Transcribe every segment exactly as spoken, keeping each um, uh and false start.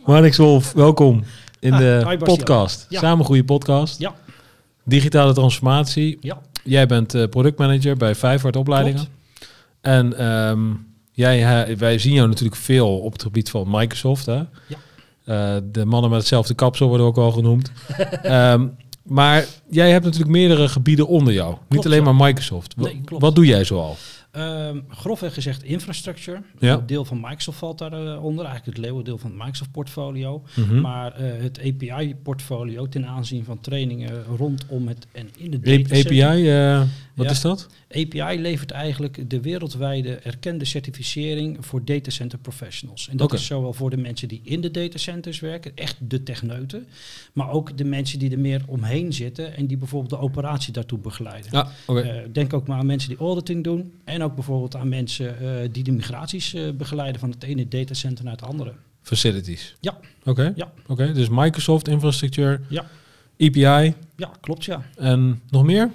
Marnix Wolf, welkom in ah, de hi podcast. Ja. Samen Groeien podcast. Ja. Digitale transformatie. Ja. Jij bent uh, productmanager bij Vijfhart Opleidingen. Klopt. En um, jij, uh, wij zien jou natuurlijk veel op het gebied van Microsoft. Hè? Ja. Uh, de mannen met hetzelfde kapsel worden ook wel genoemd. um, maar jij hebt natuurlijk meerdere gebieden onder jou. Klopt, Niet alleen ja. maar Microsoft. Nee, klopt. Wat doe jij zoal? Um, grofweg gezegd infrastructure. Ja. Een deel van Microsoft valt daaronder. Uh, eigenlijk het leeuwendeel van het Microsoft portfolio. Mm-hmm. Maar uh, het A P I portfolio ten aanzien van trainingen rondom het en in de datacenter. A P I, uh, wat ja. is dat? A P I levert eigenlijk de wereldwijde erkende certificering voor datacenter professionals. En dat okay. is zowel voor de mensen die in de datacenters werken, echt de techneuten, maar ook de mensen die er meer omheen zitten en die bijvoorbeeld de operatie daartoe begeleiden. Ja, okay. uh, denk ook maar aan mensen die auditing doen en ook bijvoorbeeld aan mensen uh, die de migraties uh, begeleiden van het ene datacenter naar het andere. Facilities? Ja. Oké, okay. ja. okay. Dus Microsoft infrastructure, ja. A P I. Ja, klopt ja. En nog meer?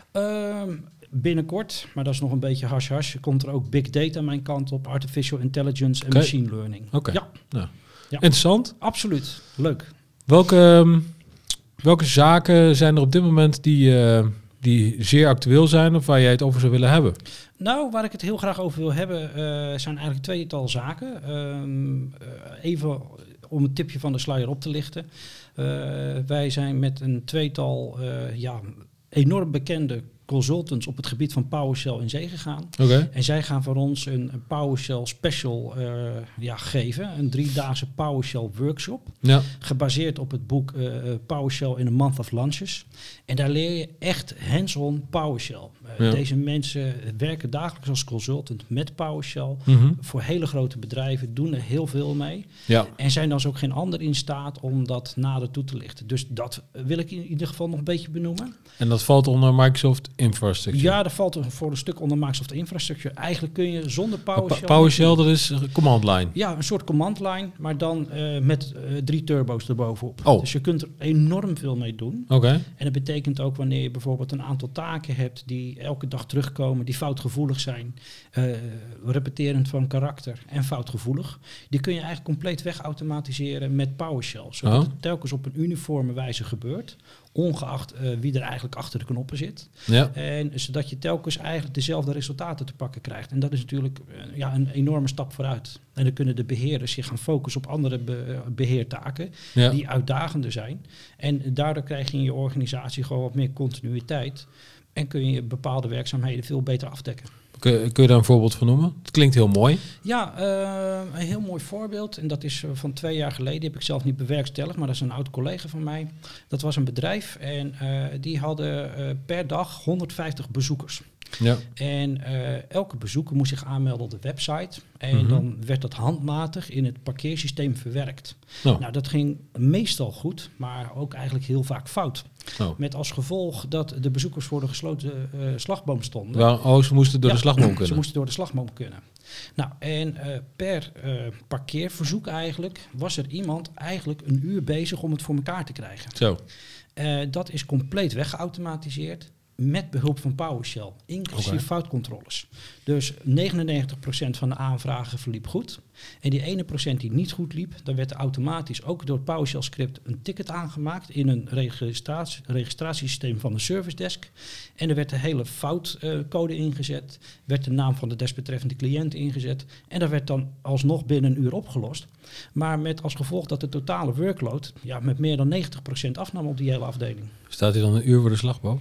Uh, Binnenkort, maar dat is nog een beetje hash-hash, komt er ook big data aan mijn kant op, artificial intelligence en okay. machine learning. Oké, okay. ja. nou, ja. Interessant. Absoluut, leuk. Welke, um, welke zaken zijn er op dit moment die, uh, die zeer actueel zijn of waar jij het over zou willen hebben? Nou, waar ik het heel graag over wil hebben, uh, zijn eigenlijk tweetal zaken. Um, uh, even om een tipje van de sluier op te lichten. Uh, wij zijn met een tweetal uh, ja, enorm bekende consultants op het gebied van PowerShell in zee gegaan. Okay. En zij gaan voor ons een, een PowerShell special uh, ja, geven. Een driedaagse PowerShell workshop. Ja. Gebaseerd op het boek uh, PowerShell in a Month of Lunches. En daar leer je echt hands-on PowerShell. Uh, ja. Deze mensen werken dagelijks als consultant met PowerShell. Mm-hmm. Voor hele grote bedrijven, doen er heel veel mee. Ja. En zijn dan ook geen ander in staat om dat nader toe te lichten. Dus dat wil ik in ieder geval nog een beetje benoemen. En dat valt onder Microsoft Infrastructure? Ja, dat valt voor een stuk onder Microsoft Infrastructure. Eigenlijk kun je zonder PowerShell... Pa- PowerShell, dat is command line? Ja, een soort command line, maar dan uh, met uh, drie turbo's erbovenop. Oh. Dus je kunt er enorm veel mee doen. Oké. Okay. En dat betekent ook wanneer je bijvoorbeeld een aantal taken hebt die elke dag terugkomen, die foutgevoelig zijn, uh, repeterend van karakter en foutgevoelig, die kun je eigenlijk compleet wegautomatiseren met PowerShell. Zodat oh. het telkens op een uniforme wijze gebeurt, ongeacht uh, wie er eigenlijk achter de knoppen zit. Ja. En zodat je telkens eigenlijk dezelfde resultaten te pakken krijgt. En dat is natuurlijk uh, ja, een enorme stap vooruit. En dan kunnen de beheerders zich gaan focussen op andere be- beheertaken ja. die uitdagender zijn. En daardoor krijg je in je organisatie gewoon wat meer continuïteit. En kun je bepaalde werkzaamheden veel beter afdekken. Kun, kun je daar een voorbeeld van noemen? Het klinkt heel mooi. Ja, uh, een heel mooi voorbeeld. En dat is uh, van twee jaar geleden. Die heb ik zelf niet bewerkstelligd, maar dat is een oud collega van mij. Dat was een bedrijf en uh, die hadden uh, per dag honderdvijftig bezoekers. Ja. En uh, elke bezoeker moest zich aanmelden op de website. En mm-hmm. dan werd dat handmatig in het parkeersysteem verwerkt. Oh. Nou, dat ging meestal goed, maar ook eigenlijk heel vaak fout. Oh. Met als gevolg dat de bezoekers voor de gesloten uh, slagboom stonden. Ja, oh, ze moesten door ja, de slagboom kunnen. Ze moesten door de slagboom kunnen. Nou, en uh, per uh, parkeerverzoek eigenlijk was er iemand eigenlijk een uur bezig om het voor elkaar te krijgen. Zo. Uh, dat is compleet weggeautomatiseerd. Met behulp van PowerShell, inclusief okay. foutcontroles. Dus negenennegentig procent van de aanvragen verliep goed. En die ene procent die niet goed liep, dan werd er automatisch ook door het PowerShell script een ticket aangemaakt in een registratie, registratiesysteem van de service desk. En er werd de hele foutcode uh, ingezet, werd de naam van de desbetreffende cliënt ingezet. En dat werd dan alsnog binnen een uur opgelost. Maar met als gevolg dat de totale workload ja, met meer dan negentig procent afnam op die hele afdeling. Staat hij dan een uur voor de slagboom?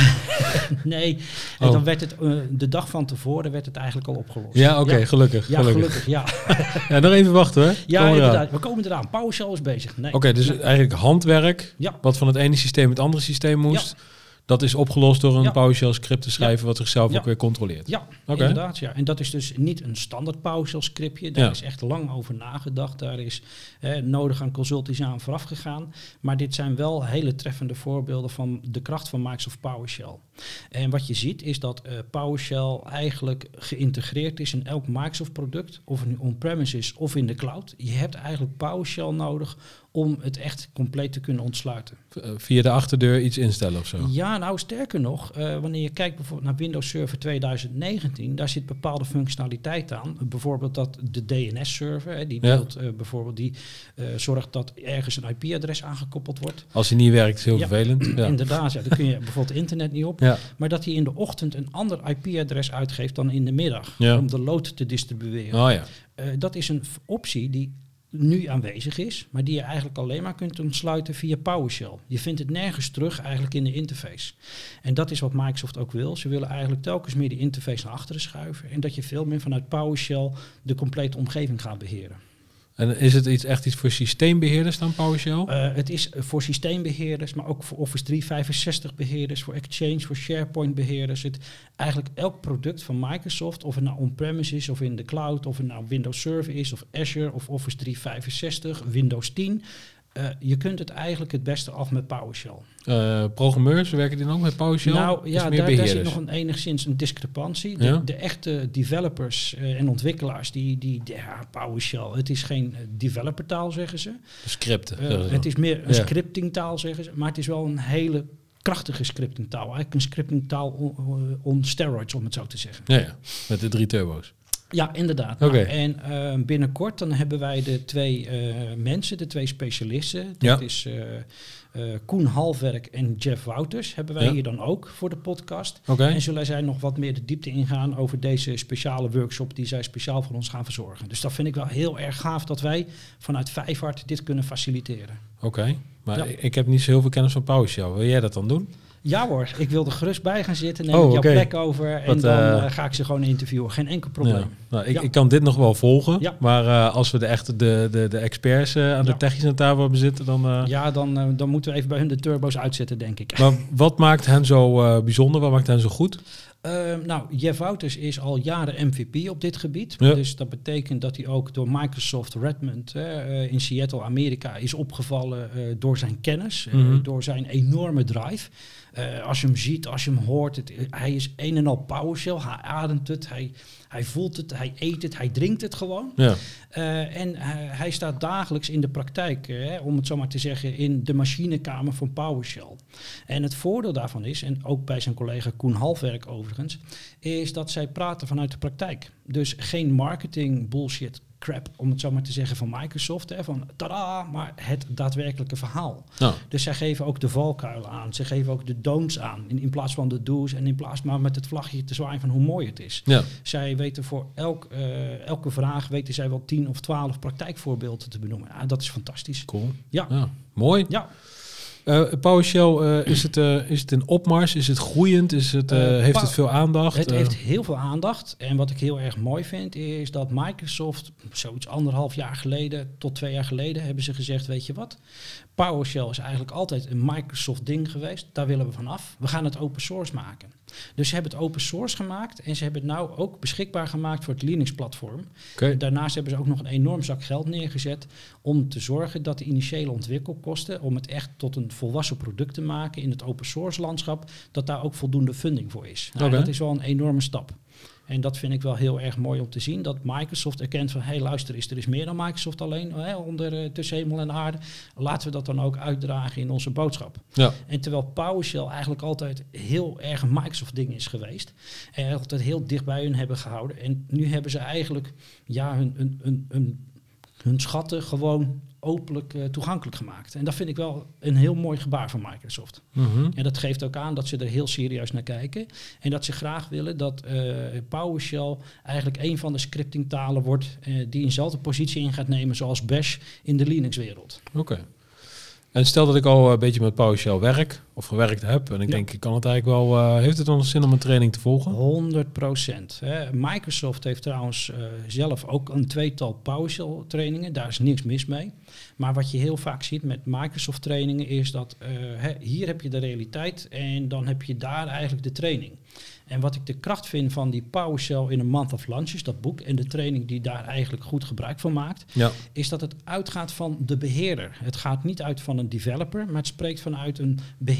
Nee, oh. dan werd het uh, de dag van tevoren werd het eigenlijk al opgelost. Ja, oké, okay, ja. gelukkig. Ja, gelukkig, gelukkig ja. ja, nog even wachten hoor. Ja, komen inderdaad. We komen eraan. PowerShell is bezig. Nee. Oké, okay, dus nee. eigenlijk handwerk, ja. wat van het ene systeem het andere systeem moest. Ja. Dat is opgelost door een ja. PowerShell script te schrijven ja. wat zichzelf ja. ook weer controleert. Ja, okay. inderdaad. Ja. En dat is dus niet een standaard PowerShell scriptje. Daar ja. is echt lang over nagedacht. Daar is eh, nodig aan consulties aan vooraf gegaan. Maar dit zijn wel hele treffende voorbeelden van de kracht van Microsoft PowerShell. En wat je ziet is dat uh, PowerShell eigenlijk geïntegreerd is in elk Microsoft product. Of het nu on-premise is of in de cloud. Je hebt eigenlijk PowerShell nodig om het echt compleet te kunnen ontsluiten. Via de achterdeur iets instellen of zo? Ja, nou sterker nog, uh, wanneer je kijkt bijvoorbeeld naar Windows Server twintig negentien, daar zit bepaalde functionaliteit aan. Bijvoorbeeld dat de D N S-server, hè, die, deelt, ja. uh, bijvoorbeeld die uh, zorgt dat ergens een I P-adres aangekoppeld wordt. Als die niet werkt, is heel ja, vervelend. Ja. Inderdaad, ja, dan kun je bijvoorbeeld internet niet op. Ja. Maar dat hij in de ochtend een ander I P-adres uitgeeft dan in de middag, ja. om de load te distribueren. Oh, ja. uh, dat is een optie die nu aanwezig is, maar die je eigenlijk alleen maar kunt ontsluiten via PowerShell. Je vindt het nergens terug eigenlijk in de interface. En dat is wat Microsoft ook wil. Ze willen eigenlijk telkens meer die interface naar achteren schuiven en dat je veel meer vanuit PowerShell de complete omgeving gaat beheren. En is het iets, echt iets voor systeembeheerders dan PowerShell? Uh, het is voor systeembeheerders, maar ook voor Office driehonderdvijfenzestig beheerders, voor Exchange, voor SharePoint beheerders. Het, eigenlijk elk product van Microsoft, of het nou on-premise is, of in de cloud, of het nou Windows Server is, of Azure, of Office driehonderdvijfenzestig, Windows tien. Uh, je kunt het eigenlijk het beste af met PowerShell. Uh, programmeurs, werken die dan ook met PowerShell? Nou ja, daar, daar zit nog een, enigszins een discrepantie. De, ja? de echte developers uh, en ontwikkelaars, die, die, ja, PowerShell, het is geen developertaal, zeggen ze. Scripten. Uh, het is meer een ja. scriptingtaal, zeggen ze. Maar het is wel een hele krachtige scriptingtaal. Eigenlijk een scriptingtaal on, on steroids, om het zo te zeggen. Ja, ja. Met de drie turbo's. Ja, inderdaad. Okay. Nou, en uh, binnenkort dan hebben wij de twee uh, mensen, de twee specialisten. Dat ja. is uh, uh, Koen Halfwerk en Jeff Wouters. Hebben wij ja. hier dan ook voor de podcast. Okay. En zullen zij nog wat meer de diepte ingaan over deze speciale workshop die zij speciaal voor ons gaan verzorgen. Dus dat vind ik wel heel erg gaaf dat wij vanuit Vijfhart dit kunnen faciliteren. Oké, okay. maar ja. ik heb niet zo heel veel kennis van PowerShell. Wil jij dat dan doen? Ja hoor, ik wil er gerust bij gaan zitten, neem oh, ik jouw okay. plek over en Wat, dan uh, ga ik ze gewoon interviewen. Geen enkel probleem. Ja. Nou, ik, ja. ik kan dit nog wel volgen, ja. maar uh, als we de echte de, de, de experts uh, aan ja. de technische tafel hebben zitten, dan... Uh... Ja, dan, uh, dan moeten we even bij hun de turbo's uitzetten, denk ik. Maar wat maakt hen zo uh, bijzonder? Wat maakt hen zo goed? Uh, nou, Jeff Wouters is al jaren M V P op dit gebied. Ja. Dus dat betekent dat hij ook door Microsoft Redmond uh, in Seattle, Amerika, is opgevallen uh, door zijn kennis, mm-hmm. uh, door zijn enorme drive. Uh, als je hem ziet, als je hem hoort, het, hij is een en al PowerShell. Hij ademt het, hij, hij voelt het, hij eet het, hij drinkt het gewoon. Ja. Uh, en uh, hij staat dagelijks in de praktijk, uh, om het zo maar te zeggen, in de machinekamer van PowerShell. En het voordeel daarvan is, en ook bij zijn collega Koen Halfwerk overigens, is dat zij praten vanuit de praktijk. Dus geen marketing bullshit crap, om het zo maar te zeggen, van Microsoft. Hè, van tada, maar het daadwerkelijke verhaal. Oh. Dus zij geven ook de valkuilen aan. Ze geven ook de don'ts aan. In, in plaats van de do's en in plaats maar met het vlagje te zwaaien van hoe mooi het is. Ja. Zij weten voor elk, uh, elke vraag weten zij wel tien of twaalf praktijkvoorbeelden te benoemen. Ja, dat is fantastisch. Cool. Ja. ja. Mooi. Ja. Uh, PowerShell, uh, is, het, uh, is het een opmars? Is het groeiend? Is het, uh, uh, heeft pa- het veel aandacht? Het uh. heeft heel veel aandacht. En wat ik heel erg mooi vind, is dat Microsoft, zoiets anderhalf jaar geleden tot twee jaar geleden, hebben ze gezegd, weet je wat? PowerShell is eigenlijk altijd een Microsoft ding geweest. Daar willen we van af. We gaan het open source maken. Dus ze hebben het open source gemaakt en ze hebben het nou ook beschikbaar gemaakt voor het Linux-platform. Okay. Daarnaast hebben ze ook nog een enorm zak geld neergezet om te zorgen dat de initiële ontwikkelkosten, om het echt tot een volwassen product te maken in het open source landschap, dat daar ook voldoende funding voor is. Nou, okay. Dat is wel een enorme stap. En dat vind ik wel heel erg mooi om te zien. Dat Microsoft erkent van, hé hey, luister eens, er is meer dan Microsoft alleen hè, onder uh, tussen hemel en aarde. Laten we dat dan ook uitdragen in onze boodschap. Ja. En terwijl PowerShell eigenlijk altijd heel erg een Microsoft ding is geweest. En altijd heel dicht bij hun hebben gehouden. En nu hebben ze eigenlijk ja, hun, hun, hun, hun, hun schatten gewoon openlijk uh, toegankelijk gemaakt. En dat vind ik wel een heel mooi gebaar van Microsoft. Mm-hmm. En dat geeft ook aan dat ze er heel serieus naar kijken. En dat ze graag willen dat uh, PowerShell eigenlijk een van de scriptingtalen wordt uh, die eenzelfde positie in gaat nemen zoals Bash in de Linux-wereld. Oké. Okay. En stel dat ik al een beetje met PowerShell werk of gewerkt heb en ik ja. denk, ik kan het eigenlijk wel, uh, heeft het dan zin om een training te volgen? honderd procent. Hè. Microsoft heeft trouwens uh, zelf ook een tweetal PowerShell trainingen. Daar is niks mis mee. Maar wat je heel vaak ziet met Microsoft trainingen is dat uh, hè, hier heb je de realiteit en dan heb je daar eigenlijk de training. En wat ik de kracht vind van die PowerShell in a Month of Lunches, dat boek, en de training die daar eigenlijk goed gebruik van maakt, ja. is dat het uitgaat van de beheerder. Het gaat niet uit van een developer, maar het spreekt vanuit een beheerder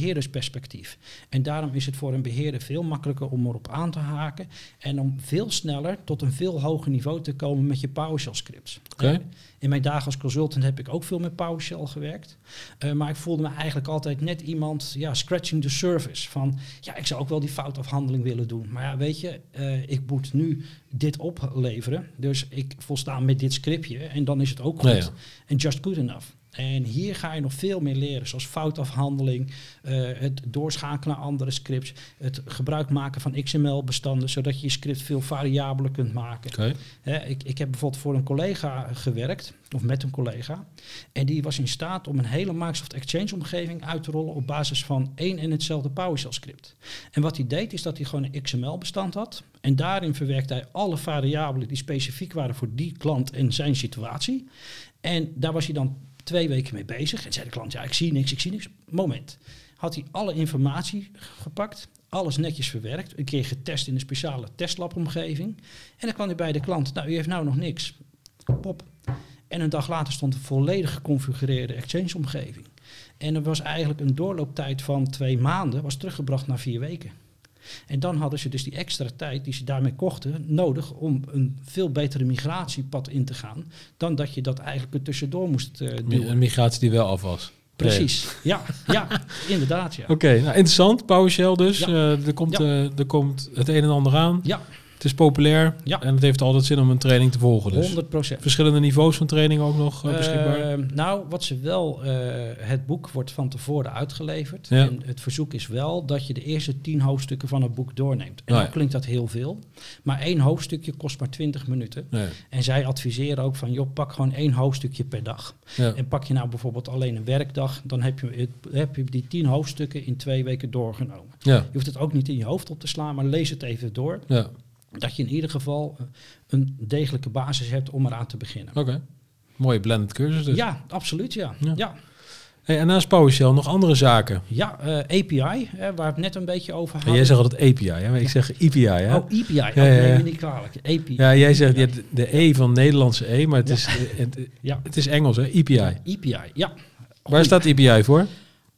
beheerdersperspectief. En daarom is het voor een beheerder veel makkelijker om erop aan te haken en om veel sneller tot een veel hoger niveau te komen met je PowerShell scripts. Okay. In mijn dagen als consultant heb ik ook veel met PowerShell gewerkt. Uh, maar ik voelde me eigenlijk altijd net iemand, ja, scratching the surface. Van, ja, ik zou ook wel die foutafhandeling willen doen. Maar ja, weet je, uh, ik moet nu dit opleveren. Dus ik volsta met dit scriptje en dan is het ook goed. En ja, ja. just good enough. En hier ga je nog veel meer leren, zoals foutafhandeling, uh, het doorschakelen naar andere scripts, het gebruik maken van X M L-bestanden, zodat je je script veel variabeler kunt maken. Okay. He, ik, ik heb bijvoorbeeld voor een collega gewerkt, of met een collega, en die was in staat om een hele Microsoft Exchange-omgeving uit te rollen op basis van één en hetzelfde PowerShell-script. En wat hij deed, is dat hij gewoon een X M L-bestand had, en daarin verwerkte hij alle variabelen die specifiek waren voor die klant en zijn situatie. En daar was hij dan twee weken mee bezig. En zei de klant, ja, ik zie niks, ik zie niks. Moment. Had hij alle informatie gepakt, alles netjes verwerkt, een keer getest in een speciale testlabomgeving. En dan kwam hij bij de klant, nou, u heeft nou nog niks. Pop. En een dag later stond een volledig geconfigureerde Exchange-omgeving. En er was eigenlijk een doorlooptijd van twee maanden, was teruggebracht naar vier weken. En dan hadden ze dus die extra tijd die ze daarmee kochten nodig om een veel betere migratiepad in te gaan dan dat je dat eigenlijk er tussendoor moest uh, doen. Een migratie die wel af was. Precies, nee. ja, ja, inderdaad. Ja. Oké, okay, nou interessant. PowerShell dus. Ja. Uh, er, komt, ja. uh, er komt het een en ander aan. Ja. Het is populair ja. en het heeft altijd zin om een training te volgen. Dus honderd procent. Verschillende niveaus van training ook nog uh, beschikbaar? Uh, nou, wat ze wel... Uh, het boek wordt van tevoren uitgeleverd. Ja. En het verzoek is wel dat je de eerste tien hoofdstukken van het boek doorneemt. En oh, dan ja. klinkt dat heel veel. Maar één hoofdstukje kost maar twintig minuten. Ja. En zij adviseren ook van... joh, pak gewoon één hoofdstukje per dag. Ja. En pak je nou bijvoorbeeld alleen een werkdag... dan heb je, het, heb je die tien hoofdstukken in twee weken doorgenomen. Ja. Je hoeft het ook niet in je hoofd op te slaan... maar lees het even door. Ja. Dat je in ieder geval een degelijke basis hebt om eraan te beginnen. Oké, okay. Mooie blended cursus dus. Ja, absoluut, ja. ja. ja. Hey, en naast PowerShell nog andere zaken? Ja, uh, A P I, hè, waar we het net een beetje over hadden. En jij zegt altijd A P I, hè? Maar ik zeg I P I, hè? Oh, I P I, ja, ja, ja, ja. neem me niet kwalijk. A P I. Ja, jij zegt je de E van Nederlandse E, maar het, ja. is, het, ja. het is Engels, hè? I P I. I P I, ja. Waar staat I P I voor?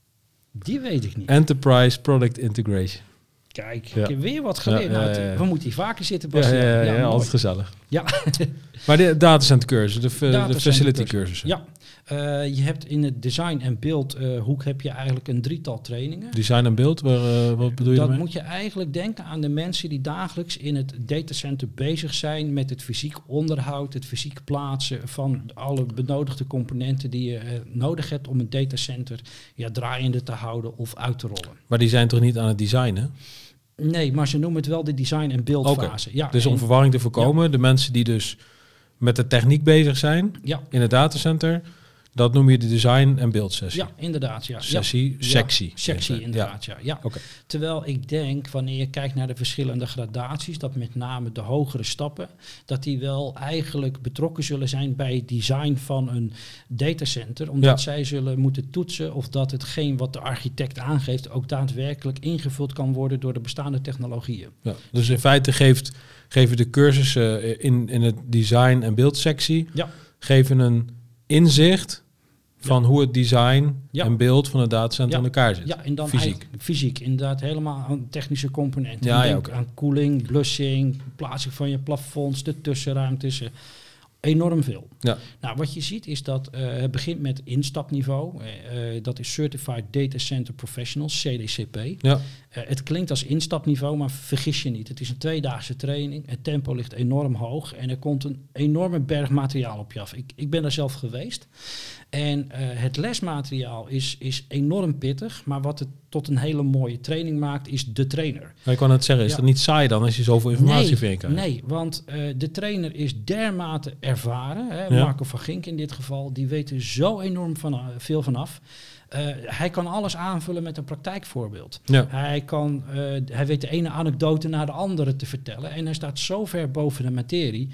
Die weet ik niet. Enterprise Product Integration. Kijk, ja. ik heb weer wat geleerd. Ja, ja, ja, ja. We moeten hier vaker zitten, Bas. Ja, ja, ja, ja, ja altijd gezellig. Ja. Maar de datacenter cursus, de, de facility cursus. Ja, uh, je hebt in het design en beeld uh, hoek heb je eigenlijk een drietal trainingen. Design en beeld, waar, uh, wat bedoel je Dat daarmee? moet je eigenlijk denken aan de mensen die dagelijks in het datacenter bezig zijn met het fysiek onderhoud, het fysiek plaatsen van alle benodigde componenten die je uh, nodig hebt om een datacenter ja, draaiende te houden of uit te rollen. Maar die zijn toch niet aan het designen? Nee, maar ze noemen het wel de design- en beeldfase. Okay. Ja, dus om en, verwarring te voorkomen, ja. de mensen die dus met de techniek bezig zijn ja. in het datacenter, dat noem je de design- en beeldsessie. Ja, inderdaad. Ja. Sessie, ja. sectie. Ja, sectie, inderdaad. Ja. Ja. Ja. Okay. Terwijl ik denk, wanneer je kijkt naar de verschillende gradaties, dat met name de hogere stappen, dat die wel eigenlijk betrokken zullen zijn bij het design van een datacenter. Omdat ja. zij zullen moeten toetsen of dat hetgeen wat de architect aangeeft ook daadwerkelijk ingevuld kan worden door de bestaande technologieën. Ja, dus in feite geeft, geven de cursussen in, in het design- en beeldsectie ja. geven een inzicht van ja. hoe het design ja. en beeld van het datacenter ja. in elkaar zit. Ja, en dan fysiek. Fysiek, inderdaad, helemaal aan technische componenten. Ja, Denk ja, okay. aan koeling, blussing, plaatsing van je plafonds, de tussenruimtes. Enorm veel. Ja. Nou, wat je ziet is dat uh, het begint met instapniveau. Uh, uh, dat is Certified Data Center Professionals, C D C P. Ja. Uh, het klinkt als instapniveau, maar vergis je niet. Het is een tweedaagse training. Het tempo ligt enorm hoog en er komt een enorme berg materiaal op je af. Ik, ik ben daar zelf geweest. En uh, het lesmateriaal is, is enorm pittig, maar wat het tot een hele mooie training maakt, is de trainer. Maar ik kan het zeggen, is ja. dat niet saai dan als je zoveel informatie nee, vindt? Nee, want uh, de trainer is dermate ervaren, hè, ja. Marco van Gink in dit geval, die weet er zo enorm van, uh, veel vanaf. Uh, hij kan alles aanvullen met een praktijkvoorbeeld. Ja. Hij, kan, uh, hij weet de ene anekdote na de andere te vertellen en hij staat zo ver boven de materie.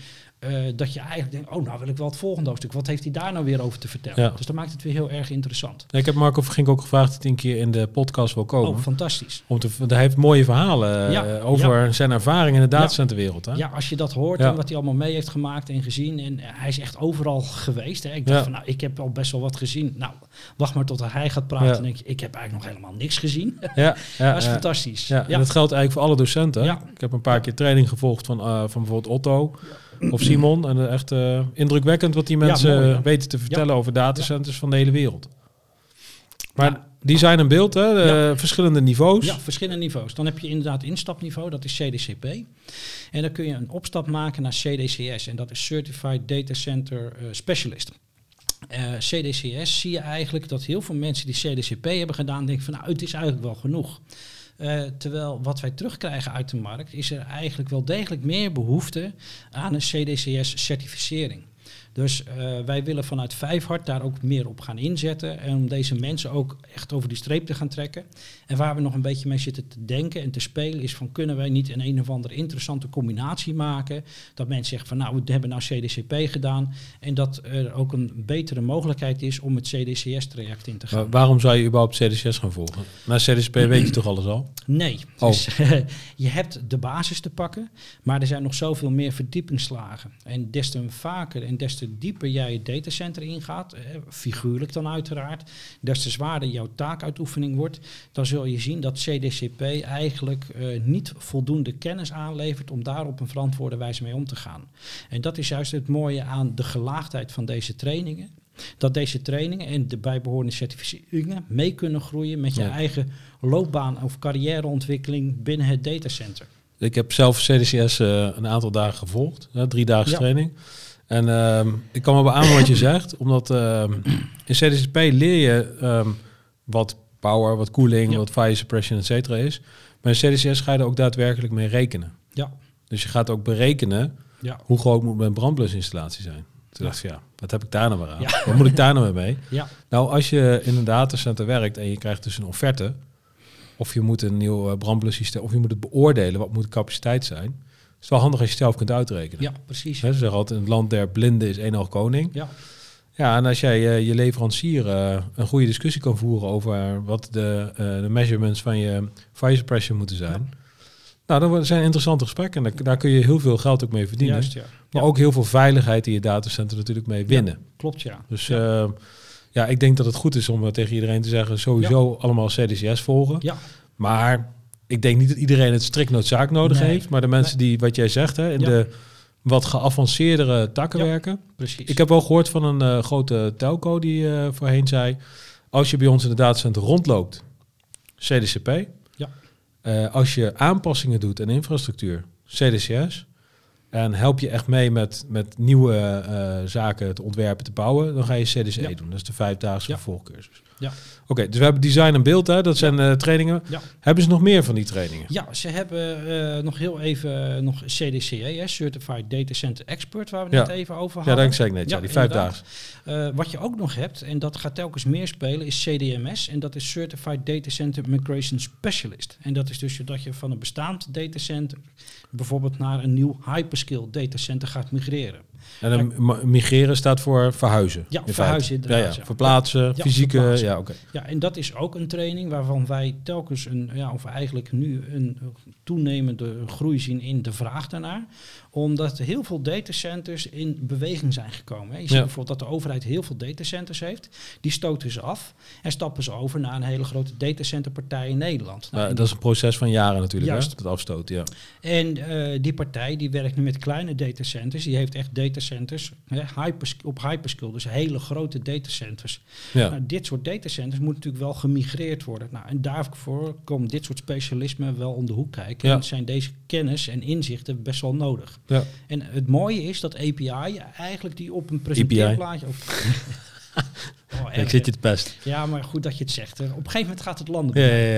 Uh, dat je eigenlijk denkt, oh, nou wil ik wel het volgende hoofdstuk. Wat heeft hij daar nou weer over te vertellen? Ja. Dus dat maakt het weer heel erg interessant. Ja, ik heb Marco Vergink ook gevraagd dat hij een keer in de podcast wil komen. Oh, fantastisch. Om te, want hij heeft mooie verhalen ja, uh, over ja. zijn ervaring in de datacenterwereld. Hè? Ja, als je dat hoort ja. en wat hij allemaal mee heeft gemaakt en gezien. En hij is echt overal geweest. Hè. Ik dacht ja. van, nou, ik heb al best wel wat gezien. Nou, wacht maar tot hij gaat praten. Ja. En denk je, ik heb eigenlijk nog helemaal niks gezien. Ja, ja, dat is ja. fantastisch. Ja, Ja. En dat geldt eigenlijk voor alle docenten. Ja. Ik heb een paar keer training gevolgd van, uh, van bijvoorbeeld Otto of Simon. En echt uh, indrukwekkend wat die mensen ja, mooi, weten te vertellen ja. over datacenters ja. van de hele wereld. Maar ja. design en beeld, hè, de ja. verschillende niveaus. Ja, verschillende niveaus. Dan heb je inderdaad instapniveau, dat is C D C P. En dan kun je een opstap maken naar C D C S. En dat is Certified Data Center uh, Specialist. Uh, C D C S zie je eigenlijk dat heel veel mensen die C D C P hebben gedaan denken van nou, het is eigenlijk wel genoeg. Uh, terwijl wat wij terugkrijgen uit de markt is er eigenlijk wel degelijk meer behoefte aan een C D C S-certificering. Dus uh, wij willen vanuit Vijfhart daar ook meer op gaan inzetten. En om deze mensen ook echt over die streep te gaan trekken. En waar we nog een beetje mee zitten te denken en te spelen is van kunnen wij niet een een of andere interessante combinatie maken. Dat mensen zeggen van nou we hebben nou C D C P gedaan. En dat er ook een betere mogelijkheid is om het C D C S-traject in te gaan. Maar waarom zou je überhaupt C D C S gaan volgen? Na C D C P weet je toch alles al? Nee. Oh. Dus, je hebt de basis te pakken. Maar er zijn nog zoveel meer verdiepingslagen. En des te vaker en des te dieper jij het datacenter ingaat, eh, figuurlijk dan uiteraard, des te zwaarder jouw taakuitoefening wordt, dan zul je zien dat C D C P eigenlijk uh, niet voldoende kennis aanlevert om daar op een verantwoorde wijze mee om te gaan. En dat is juist het mooie aan de gelaagdheid van deze trainingen. Dat deze trainingen en de bijbehorende certificeringen mee kunnen groeien met je ja. eigen loopbaan of carrièreontwikkeling binnen het datacenter. Ik heb zelf C D C S uh, een aantal dagen gevolgd, uh, drie dagen ja. training. En um, ik kan me beamen wat je zegt, omdat um, in C D C P leer je um, wat power, wat koeling, ja. wat fire suppression, et cetera is. Maar in C D C S ga je er ook daadwerkelijk mee rekenen. Ja. Dus je gaat ook berekenen ja. hoe groot moet mijn brandblusinstallatie zijn. Toen dacht ik, ja, wat heb ik daar nou weer aan? Ja. Wat moet ik daar nou mee? Ja. Nou, als je in een datacenter werkt en je krijgt dus een offerte, of je moet een nieuw uh, brandblussysteem, of je moet het beoordelen, wat moet de capaciteit zijn. Het is wel handig als je het zelf kunt uitrekenen. Ja, precies. He, ze zeggen altijd, in het land der blinden is één oog koning. Ja. Ja, en als jij uh, je leverancier uh, een goede discussie kan voeren over wat de, uh, de measurements van je fire suppression moeten zijn. Ja. Nou, dan zijn interessante gesprekken. En daar, daar kun je heel veel geld ook mee verdienen. Juist, ja. Maar ja. ook heel veel veiligheid in je datacenter natuurlijk mee winnen. Ja, klopt, ja. Dus ja. Uh, ja, ik denk dat het goed is om uh, tegen iedereen te zeggen, sowieso ja. allemaal C D C S volgen. Ja. Maar ik denk niet dat iedereen het strikt noodzaak nodig nee. heeft. Maar de mensen nee. die, wat jij zegt, hè, in ja. de wat geavanceerdere takken ja, werken. Precies. Ik heb wel gehoord van een uh, grote telco die uh, voorheen zei, als je bij ons in de datacenter rondloopt, C D C P. Ja. Uh, als je aanpassingen doet aan infrastructuur, C D C S. En help je echt mee met, met nieuwe uh, zaken te ontwerpen, te bouwen, dan ga je C D C E ja. doen. Dat is de vijfdaagse ja. vervolgcursus. Ja. Oké, okay, dus we hebben design en beeld, hè? Dat zijn uh, trainingen. Ja. Hebben ze nog meer van die trainingen? Ja, ze hebben uh, nog heel even uh, nog C D C E, Certified Data Center Expert, waar we ja. net even over hadden. Ja, dat zei ik net, ja, ja die vijfdaagse. Uh, wat je ook nog hebt, en dat gaat telkens meer spelen, is C D M S. En dat is Certified Data Center Migration Specialist. En dat is dus dat je van een bestaand datacenter bijvoorbeeld naar een nieuw hyperscale datacenter gaat migreren. En dan migreren staat voor verhuizen. Ja, in verhuizen inderdaad. Ja, ja. Verplaatsen, ja, fysieke... Verplaatsen. Ja, okay. ja, en dat is ook een training waarvan wij telkens een, ja, of eigenlijk nu een toenemende groei zien in de vraag daarnaar. Omdat heel veel datacenters in beweging zijn gekomen. Hè. Je ziet ja. bijvoorbeeld dat de overheid heel veel datacenters heeft. Die stoten ze af en stappen ze over naar een hele grote datacenterpartij in Nederland. Nou, ja, dat is een proces van jaren natuurlijk, juist. Hè? Dat afstoten, ja. En uh, die partij die werkt nu met kleine datacenters. Die heeft echt datacenters hè, hypers, op hyperscale, dus hele grote datacenters. Ja. Nou, dit soort datacenters moet natuurlijk wel gemigreerd worden. Nou, en daarvoor komen dit soort specialismen wel om de hoek kijken. Ja. En zijn deze kennis en inzichten best wel nodig. Ja. En het mooie is dat A P I eigenlijk die op een presenteerplaatje... Op, oh, ik zit je het best. Ja, maar goed dat je het zegt. Op een gegeven moment gaat het landen. Ja, ja, ja.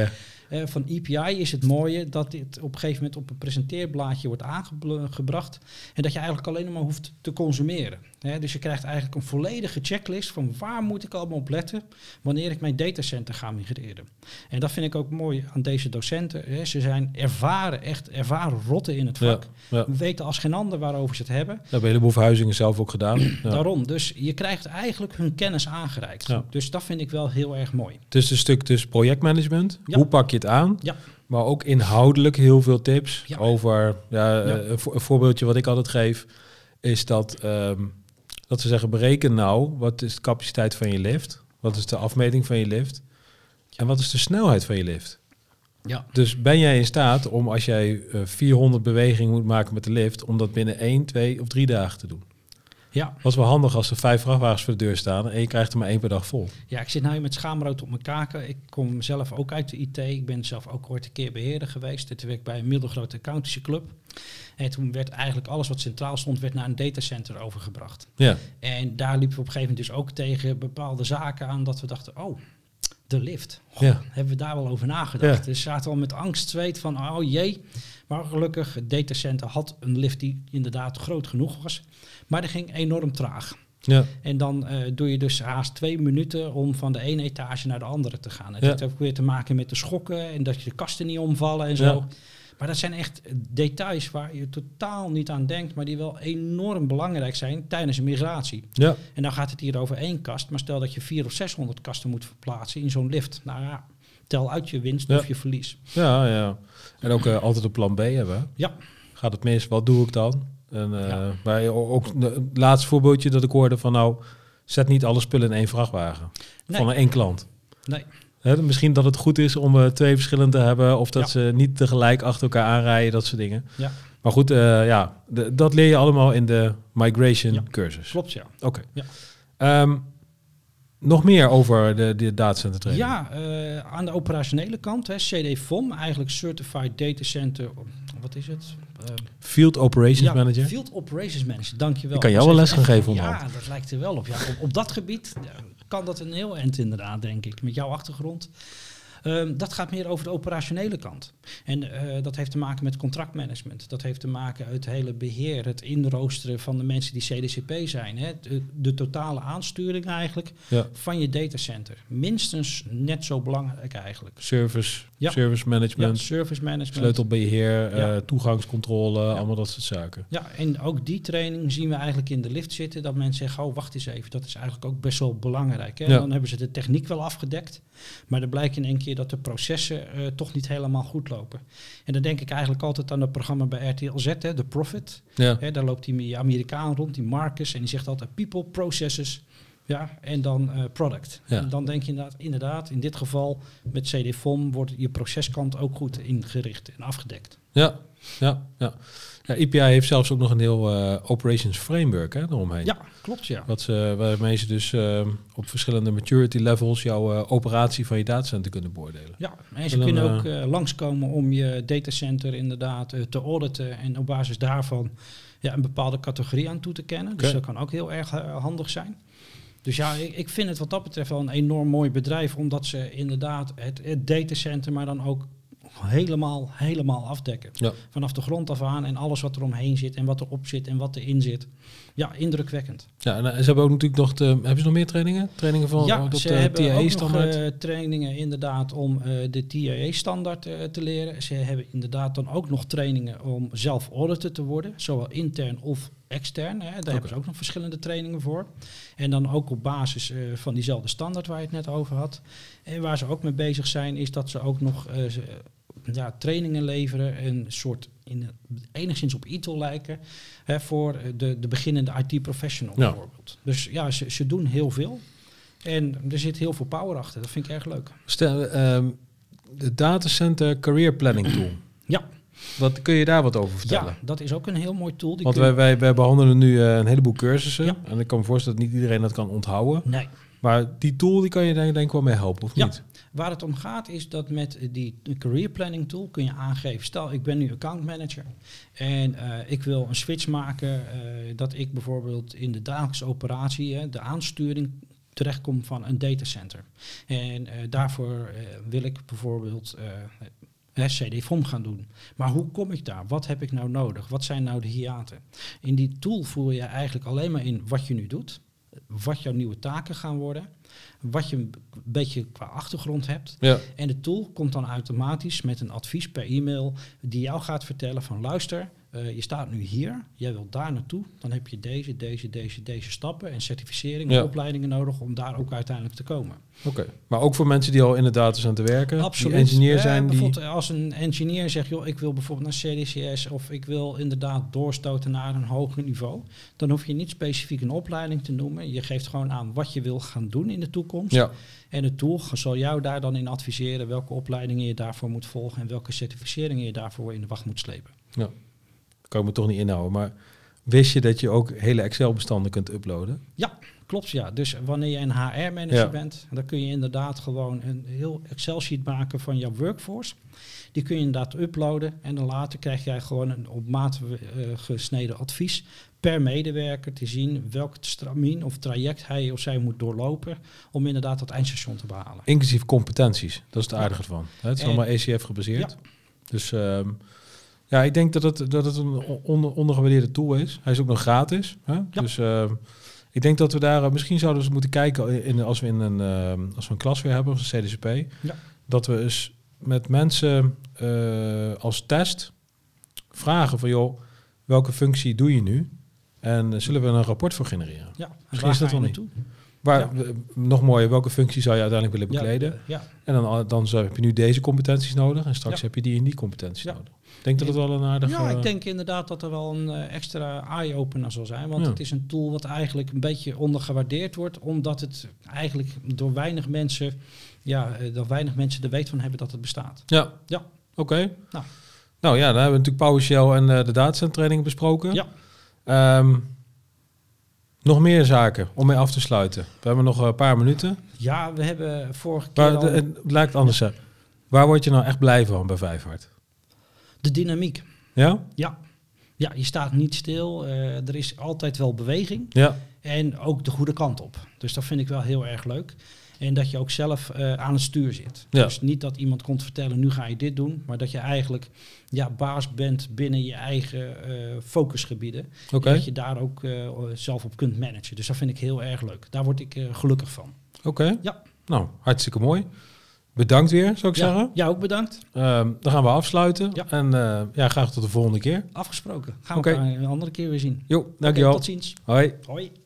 Uh, van E P I is het mooie dat dit op een gegeven moment op een presenteerblaadje wordt aangebracht. En dat je eigenlijk alleen maar hoeft te consumeren. Hè? Dus je krijgt eigenlijk een volledige checklist van waar moet ik allemaal op letten wanneer ik mijn datacenter ga migreren. En dat vind ik ook mooi aan deze docenten. Hè? Ze zijn ervaren, echt ervaren rotten in het vak. Ja, ja. We weten als geen ander waarover ze het hebben. Dat hebben een heleboel verhuizingen zelf ook gedaan. Ja. Daarom. Dus je krijgt eigenlijk hun kennis aangereikt. Ja. Dus dat vind ik wel heel erg mooi. Dus een stuk dus projectmanagement. Ja. Hoe pak je het aan? Ja. Maar ook inhoudelijk heel veel tips ja. over... Ja, ja. Een, vo- een voorbeeldje wat ik altijd geef is dat... Um, dat ze zeggen, bereken nou wat is de capaciteit van je lift? Wat is de afmeting van je lift? En wat is de snelheid van je lift? Ja. Dus ben jij in staat om als jij uh, vierhonderd bewegingen moet maken met de lift... om dat binnen één, twee of drie dagen te doen? Ja. Dat is wel handig als er vijf vrachtwagens voor de deur staan... en je krijgt er maar één per dag vol. Ja, ik zit nu met schaamrood op mijn kaken. Ik kom zelf ook uit de I T. Ik ben zelf ook ooit een keer beheerder geweest. Toen werk ik bij een middelgrote accountancyclub. En toen werd eigenlijk alles wat centraal stond... werd naar een datacenter overgebracht. Ja. En daar liepen we op een gegeven moment dus ook tegen bepaalde zaken aan... dat we dachten, oh, de lift. Goh, ja. Hebben we daar wel over nagedacht. Ja. Dus zaten al met angst, zweet van, oh jee... Maar gelukkig, het datacenter had een lift die inderdaad groot genoeg was. Maar dat ging enorm traag. Ja. En dan uh, doe je dus haast twee minuten om van de ene etage naar de andere te gaan. Het ja. heeft ook weer te maken met de schokken en dat je de kasten niet omvallen en zo. Ja. Maar dat zijn echt details waar je totaal niet aan denkt, maar die wel enorm belangrijk zijn tijdens een migratie. Ja. En dan gaat het hier over één kast, maar stel dat je vierhonderd of zeshonderd kasten moet verplaatsen in zo'n lift. Nou ja, tel uit je winst ja. of je verlies. Ja, ja. En ook uh, altijd een plan B hebben. Ja. Gaat het mis, wat doe ik dan? En, uh, ja. Maar ook het laatste voorbeeldje dat ik hoorde van nou, zet niet alle spullen in één vrachtwagen. Nee. Van één klant. Nee. He, misschien dat het goed is om uh, twee verschillende te hebben of dat ja. ze niet tegelijk achter elkaar aanrijden, dat soort dingen. Ja. Maar goed, uh, ja, de, dat leer je allemaal in de migration ja. cursus. Klopt, ja. Oké. Okay. Ja. Um, Nog meer over de, de datacenter training? Ja, uh, aan de operationele kant, hè, C D V O M, eigenlijk Certified Data Center, wat is het? Uh, Field Operations ja, Manager. Field Operations Manager, dankjewel. Ik kan jou wel les gaan geven, man. Ja, dat lijkt er wel op. Ja, op, op dat gebied ja, kan dat een heel eind inderdaad, denk ik, met jouw achtergrond. Um, dat gaat meer over de operationele kant. En uh, dat heeft te maken met contractmanagement. Dat heeft te maken met het hele beheer, het inroosteren van de mensen die C D C P zijn. Hè. De, de totale aansturing eigenlijk ja. van je datacenter. Minstens net zo belangrijk eigenlijk. Service, ja. service management, ja, service management, sleutelbeheer, ja. uh, toegangscontrole, ja. allemaal dat soort zaken. Ja, en ook die training zien we eigenlijk in de lift zitten. Dat mensen zeggen, oh wacht eens even, dat is eigenlijk ook best wel belangrijk. Hè. Ja. Dan hebben ze de techniek wel afgedekt. Maar dan blijkt in één keer dat de processen uh, toch niet helemaal goed lopen. En dan denk ik eigenlijk altijd aan het programma bij R T L Z, hè, The Profit. Ja. Hè, daar loopt die Amerikaan rond, die Marcus, en die zegt altijd people, processes, ja, en dan uh, product. Ja. En dan denk je inderdaad, inderdaad, in dit geval met C D V O M wordt je proceskant ook goed ingericht en afgedekt. Ja, ja, ja. Ja, I P I heeft zelfs ook nog een heel uh, operations framework hè, eromheen. Ja, klopt, ja. Wat ze, waarmee ze dus uh, op verschillende maturity levels jouw uh, operatie van je datacenter kunnen beoordelen. Ja, en ze kunnen ook uh, langskomen om je datacenter inderdaad uh, te auditen en op basis daarvan ja, een bepaalde categorie aan toe te kennen. Okay. Dus dat kan ook heel erg uh, handig zijn. Dus ja, ik, ik vind het wat dat betreft wel een enorm mooi bedrijf, omdat ze inderdaad het, het datacenter, maar dan ook helemaal, helemaal afdekken. Ja. Vanaf de grond af aan en alles wat er omheen zit en wat erop zit en wat erin zit. Ja, indrukwekkend. Ja, en ze hebben ook natuurlijk nog de, hebben ze nog meer trainingen? Trainingen van ja, tot ze de hebben T A ook standaard? nog uh, trainingen inderdaad om uh, de T A E-standaard uh, te leren. Ze hebben inderdaad dan ook nog trainingen om zelf auditor te worden, zowel intern of extern. Hè. Daar okay. hebben ze ook nog verschillende trainingen voor. En dan ook op basis uh, van diezelfde standaard waar je het net over had. En waar ze ook mee bezig zijn, is dat ze ook nog uh, ze, ja, trainingen leveren, een soort in, enigszins op I T I L lijken, hè, voor de, de beginnende I T-professional ja. bijvoorbeeld. Dus ja, ze, ze doen heel veel. En er zit heel veel power achter. Dat vind ik erg leuk. Stel, um, de Datacenter Career Planning Tool. Ja. Wat kun je daar wat over vertellen? Ja, dat is ook een heel mooi tool. Die Want wij, wij, wij behandelen nu uh, een heleboel cursussen. Ja. En ik kan me voorstellen dat niet iedereen dat kan onthouden. Nee. Maar die tool die kan je denk ik wel mee helpen, of ja. niet? Waar het om gaat is dat met die career planning tool kun je aangeven. Stel, ik ben nu account manager en uh, ik wil een switch maken. Uh, dat ik bijvoorbeeld in de dagelijkse operatie, hè, de aansturing terechtkom van een datacenter. En uh, daarvoor uh, wil ik bijvoorbeeld uh, C D-V O M gaan doen. Maar hoe kom ik daar? Wat heb ik nou nodig? Wat zijn nou de hiaten? In die tool voer je eigenlijk alleen maar in wat je nu doet, wat jouw nieuwe taken gaan worden, wat je een beetje qua achtergrond hebt. Ja. En de tool komt dan automatisch met een advies per e-mail die jou gaat vertellen van luister, uh, je staat nu hier, jij wilt daar naartoe, dan heb je deze, deze, deze, deze stappen en certificeringen en ja. opleidingen nodig om daar ook uiteindelijk te komen. Oké, okay. Maar ook voor mensen die al in het datacenter werken, absoluut. Die engineer ja, zijn. Bijvoorbeeld die... als een engineer zegt, joh, ik wil bijvoorbeeld naar C D C S of ik wil inderdaad doorstoten naar een hoger niveau, dan hoef je niet specifiek een opleiding te noemen. Je geeft gewoon aan wat je wil gaan doen in de toekomst. Ja. En de tool zal jou daar dan in adviseren welke opleidingen je daarvoor moet volgen en welke certificeringen je daarvoor in de wacht moet slepen. Ja, dat kan ik me toch niet inhouden. Maar wist je dat je ook hele Excel-bestanden kunt uploaden? Ja, klopt ja. Dus wanneer je een H R-manager ja. bent, dan kun je inderdaad gewoon een heel Excel-sheet maken van jouw workforce. Die kun je inderdaad uploaden en dan later krijg jij gewoon een op maat uh, gesneden advies per medewerker te zien welk stramien of traject hij of zij moet doorlopen om inderdaad dat eindstation te behalen. Inclusief competenties, dat is het aardige ja. van. Het is en, allemaal E C F gebaseerd. Ja. Dus um, ja, ik denk dat het, dat het een onder, ondergewaardeerde tool is. Hij is ook nog gratis. Hè? Ja. Dus uh, ik denk dat we daar, uh, misschien zouden we eens moeten kijken in, als we in een, uh, als we een klas weer hebben, of een C D C P, ja. dat we eens met mensen uh, als test vragen van joh, welke functie doe je nu? En uh, zullen we een rapport voor genereren? Ja, misschien is dat wel niet. Maar ja. uh, nog mooier, welke functie zou je uiteindelijk willen bekleden? Ja, uh, ja. En dan, dan zou, heb je nu deze competenties nodig en straks ja. heb je die en die competenties ja. nodig. Ik denk dat het wel een aardige... Ja, ik denk inderdaad dat er wel een uh, extra eye-opener zal zijn. Want ja. het is een tool wat eigenlijk een beetje ondergewaardeerd wordt. Omdat het eigenlijk door weinig mensen... Ja, uh, door weinig mensen er weet van hebben dat het bestaat. Ja, ja. oké. Okay. Nou. nou ja, dan hebben we natuurlijk PowerShell en uh, de datacentraining besproken. Ja. Um, nog meer zaken om mee af te sluiten. We hebben nog een paar minuten. Ja, we hebben vorige keer maar, al... Het lijkt anders ja. Waar word je nou echt blij van bij Vijfhart? De dynamiek. Ja? Ja. Ja, je staat niet stil. Uh, er is altijd wel beweging. Ja. En ook de goede kant op. Dus dat vind ik wel heel erg leuk. En dat je ook zelf uh, aan het stuur zit. Ja. Dus niet dat iemand komt vertellen, nu ga je dit doen. Maar dat je eigenlijk ja, baas bent binnen je eigen uh, focusgebieden. Okay. En dat je daar ook uh, zelf op kunt managen. Dus dat vind ik heel erg leuk. Daar word ik uh, gelukkig van. Oké. Okay. Ja. Nou, hartstikke mooi. Bedankt weer, zou ik ja, zeggen. Ja, ook bedankt. Um, dan gaan we afsluiten. Ja. En uh, ja, graag tot de volgende keer. Afgesproken. Gaan we okay. elkaar een andere keer weer zien. Jo, dankjewel. Okay, tot ziens. Hoi. Hoi.